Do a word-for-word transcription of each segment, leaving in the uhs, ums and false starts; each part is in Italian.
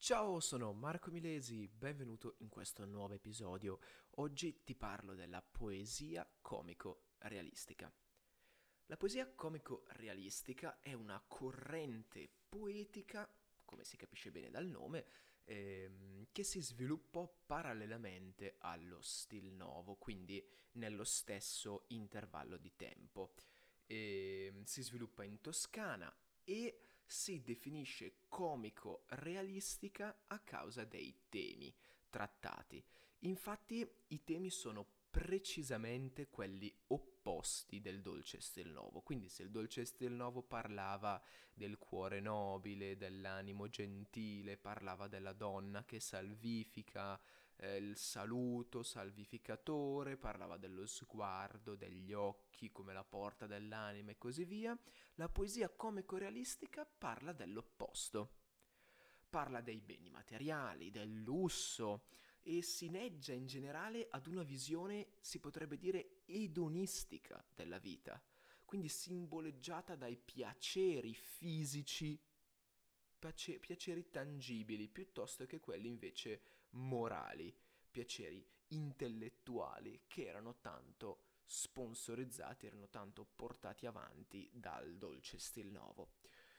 Ciao, sono Marco Milesi, benvenuto in questo nuovo episodio. Oggi ti parlo della poesia comico-realistica. La poesia comico-realistica è una corrente poetica, come si capisce bene dal nome, ehm, che si sviluppò parallelamente allo Stil Novo, quindi nello stesso intervallo di tempo. Ehm, si sviluppa in Toscana e si definisce comico-realistica a causa dei temi trattati. Infatti i temi sono precisamente quelli opposti del dolce stil novo. Quindi se il dolce stil novo parlava del cuore nobile, dell'animo gentile, parlava della donna che salvifica, eh, il saluto salvificatore, parlava dello sguardo, degli occhi come la porta dell'anima e così via, la poesia comico-realistica parla dell'opposto. Parla dei beni materiali, del lusso e si inneggia in generale ad una visione, si potrebbe dire, edonistica della vita, quindi simboleggiata dai piaceri fisici, piace- piaceri tangibili, piuttosto che quelli invece morali, piaceri intellettuali che erano tanto sponsorizzati, erano tanto portati avanti dal dolce stil novo.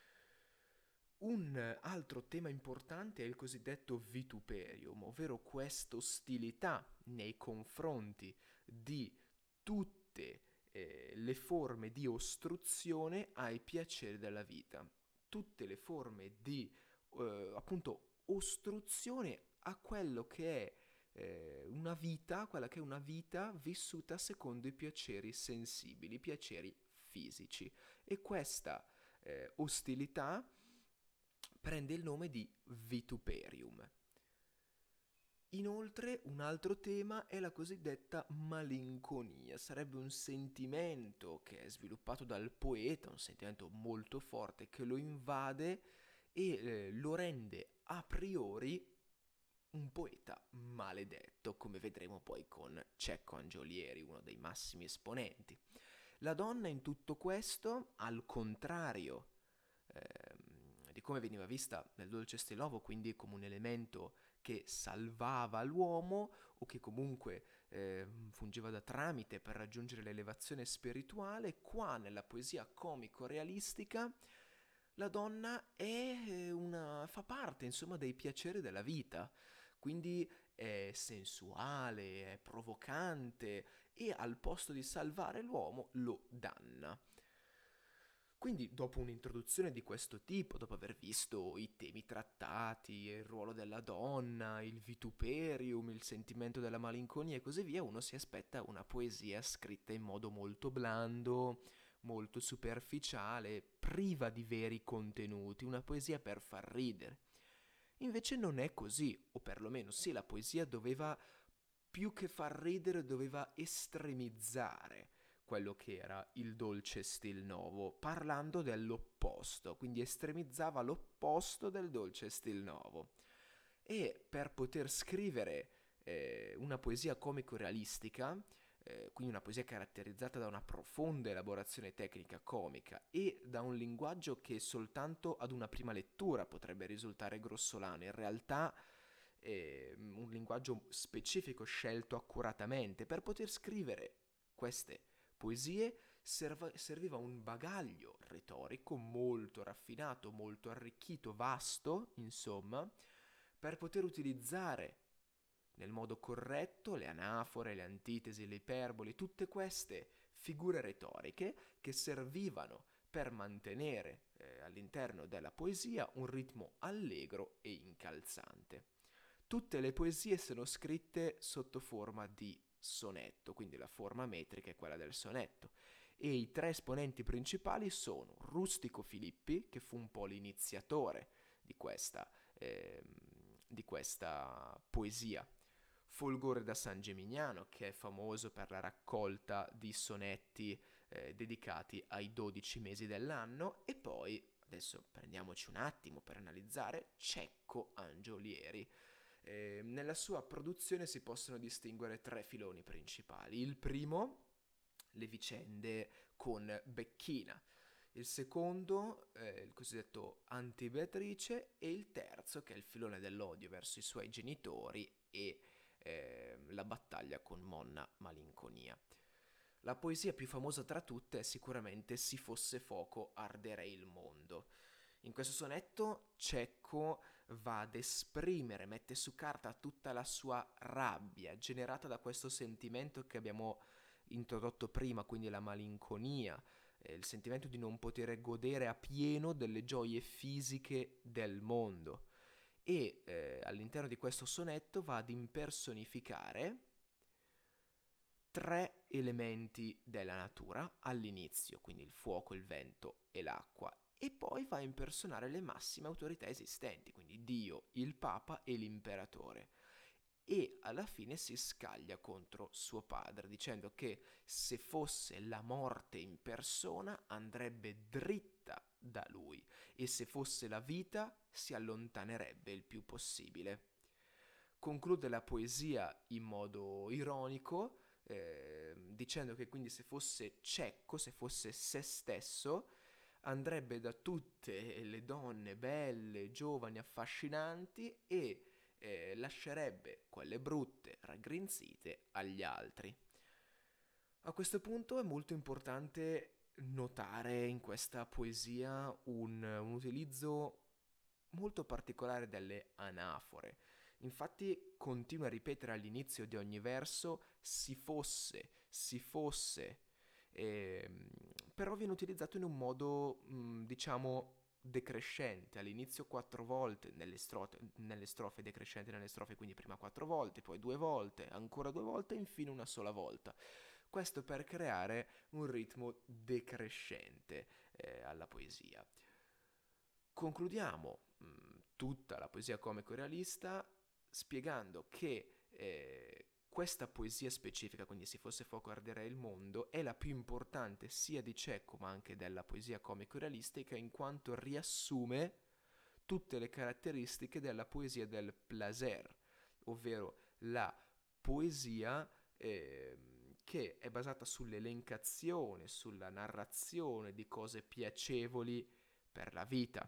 Un altro tema importante è il cosiddetto vituperium, ovvero questa ostilità nei confronti di tutte eh, le forme di ostruzione ai piaceri della vita, tutte le forme di eh, appunto ostruzione a quello che è eh, una vita, quella che è una vita vissuta secondo i piaceri sensibili, i piaceri fisici. E questa eh, ostilità prende il nome di vituperium. Inoltre un altro tema è la cosiddetta malinconia, sarebbe un sentimento che è sviluppato dal poeta, un sentimento molto forte che lo invade e eh, lo rende a priori un poeta maledetto, come vedremo poi con Cecco Angiolieri, uno dei massimi esponenti. La donna in tutto questo, al contrario ehm, di come veniva vista nel dolce Stelovo, quindi come un elemento che salvava l'uomo o che comunque eh, fungeva da tramite per raggiungere l'elevazione spirituale, qua nella poesia comico-realistica la donna è eh, una, fa parte insomma dei piaceri della vita, quindi è sensuale, è provocante e al posto di salvare l'uomo lo danna. Quindi, dopo un'introduzione di questo tipo, dopo aver visto i temi trattati, il ruolo della donna, il vituperium, il sentimento della malinconia e così via, uno si aspetta una poesia scritta in modo molto blando, molto superficiale, priva di veri contenuti, una poesia per far ridere. Invece non è così, o perlomeno sì, la poesia doveva più che far ridere, doveva estremizzare quello che era il dolce stil novo, parlando dell'opposto, quindi estremizzava l'opposto del dolce stil novo. E per poter scrivere eh, una poesia comico-realistica, eh, quindi una poesia caratterizzata da una profonda elaborazione tecnica comica e da un linguaggio che soltanto ad una prima lettura potrebbe risultare grossolano, in realtà eh, un linguaggio specifico scelto accuratamente per poter scrivere queste poesie serva- serviva un bagaglio retorico molto raffinato, molto arricchito, vasto, insomma, per poter utilizzare nel modo corretto le anafore, le antitesi, le iperboli, tutte queste figure retoriche che servivano per mantenere eh, all'interno della poesia un ritmo allegro e incalzante. Tutte le poesie sono scritte sotto forma di sonetto, quindi la forma metrica è quella del sonetto, e i tre esponenti principali sono Rustico Filippi, che fu un po' l'iniziatore di questa, ehm, di questa poesia, Folgore da San Gimignano, che è famoso per la raccolta di sonetti eh, dedicati ai dodici mesi dell'anno, e poi, adesso prendiamoci un attimo per analizzare, Cecco Angiolieri. Eh, nella sua produzione si possono distinguere tre filoni principali. Il primo, le vicende con Becchina. il secondo è il cosiddetto Anti-Beatrice e il terzo che è il filone dell'odio verso i suoi genitori e eh, la battaglia con Monna Malinconia. La poesia più famosa tra tutte è sicuramente Si fosse fuoco arderei il mondo. In questo sonetto Cecco va ad esprimere, mette su carta tutta la sua rabbia generata da questo sentimento che abbiamo introdotto prima, quindi la malinconia, eh, il sentimento di non poter godere a pieno delle gioie fisiche del mondo. E eh, all'interno di questo sonetto va ad impersonificare tre elementi della natura all'inizio, quindi il fuoco, il vento e l'acqua, e poi va a impersonare le massime autorità esistenti, quindi Dio, il Papa e l'imperatore. E alla fine si scaglia contro suo padre, dicendo che se fosse la morte in persona andrebbe dritta da lui e se fosse la vita si allontanerebbe il più possibile. Conclude la poesia in modo ironico, eh, dicendo che quindi se fosse Cecco, se fosse se stesso, andrebbe da tutte le donne belle, giovani, affascinanti e eh, lascerebbe quelle brutte, raggrinzite agli altri. A questo punto è molto importante notare in questa poesia un, un utilizzo molto particolare delle anafore. Infatti continua a ripetere all'inizio di ogni verso si fosse, si fosse, ehm, però viene utilizzato in un modo, mh, diciamo, decrescente, all'inizio quattro volte, nelle, strofe, nelle strofe decrescente nelle strofe, quindi prima quattro volte, poi due volte, ancora due volte e infine una sola volta. Questo per creare un ritmo decrescente eh, alla poesia. Concludiamo mh, tutta la poesia comico-realista spiegando che eh, questa poesia specifica, quindi Si fosse fuoco arderei il mondo, è la più importante sia di Cecco ma anche della poesia comico-realistica in quanto riassume tutte le caratteristiche della poesia del plaisir, ovvero la poesia eh, che è basata sull'elencazione, sulla narrazione di cose piacevoli per la vita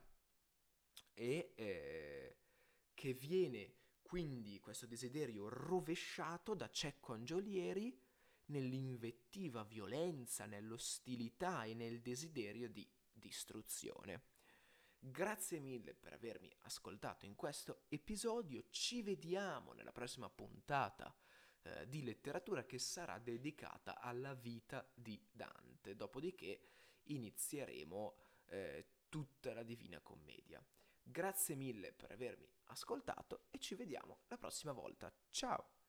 e eh, che viene quindi questo desiderio rovesciato da Cecco Angiolieri nell'invettiva violenza, nell'ostilità e nel desiderio di distruzione. Grazie mille per avermi ascoltato in questo episodio, ci vediamo nella prossima puntata eh, di letteratura che sarà dedicata alla vita di Dante, dopodiché inizieremo eh, tutta la Divina Commedia. Grazie mille per avermi ascoltato e ci vediamo la prossima volta. Ciao!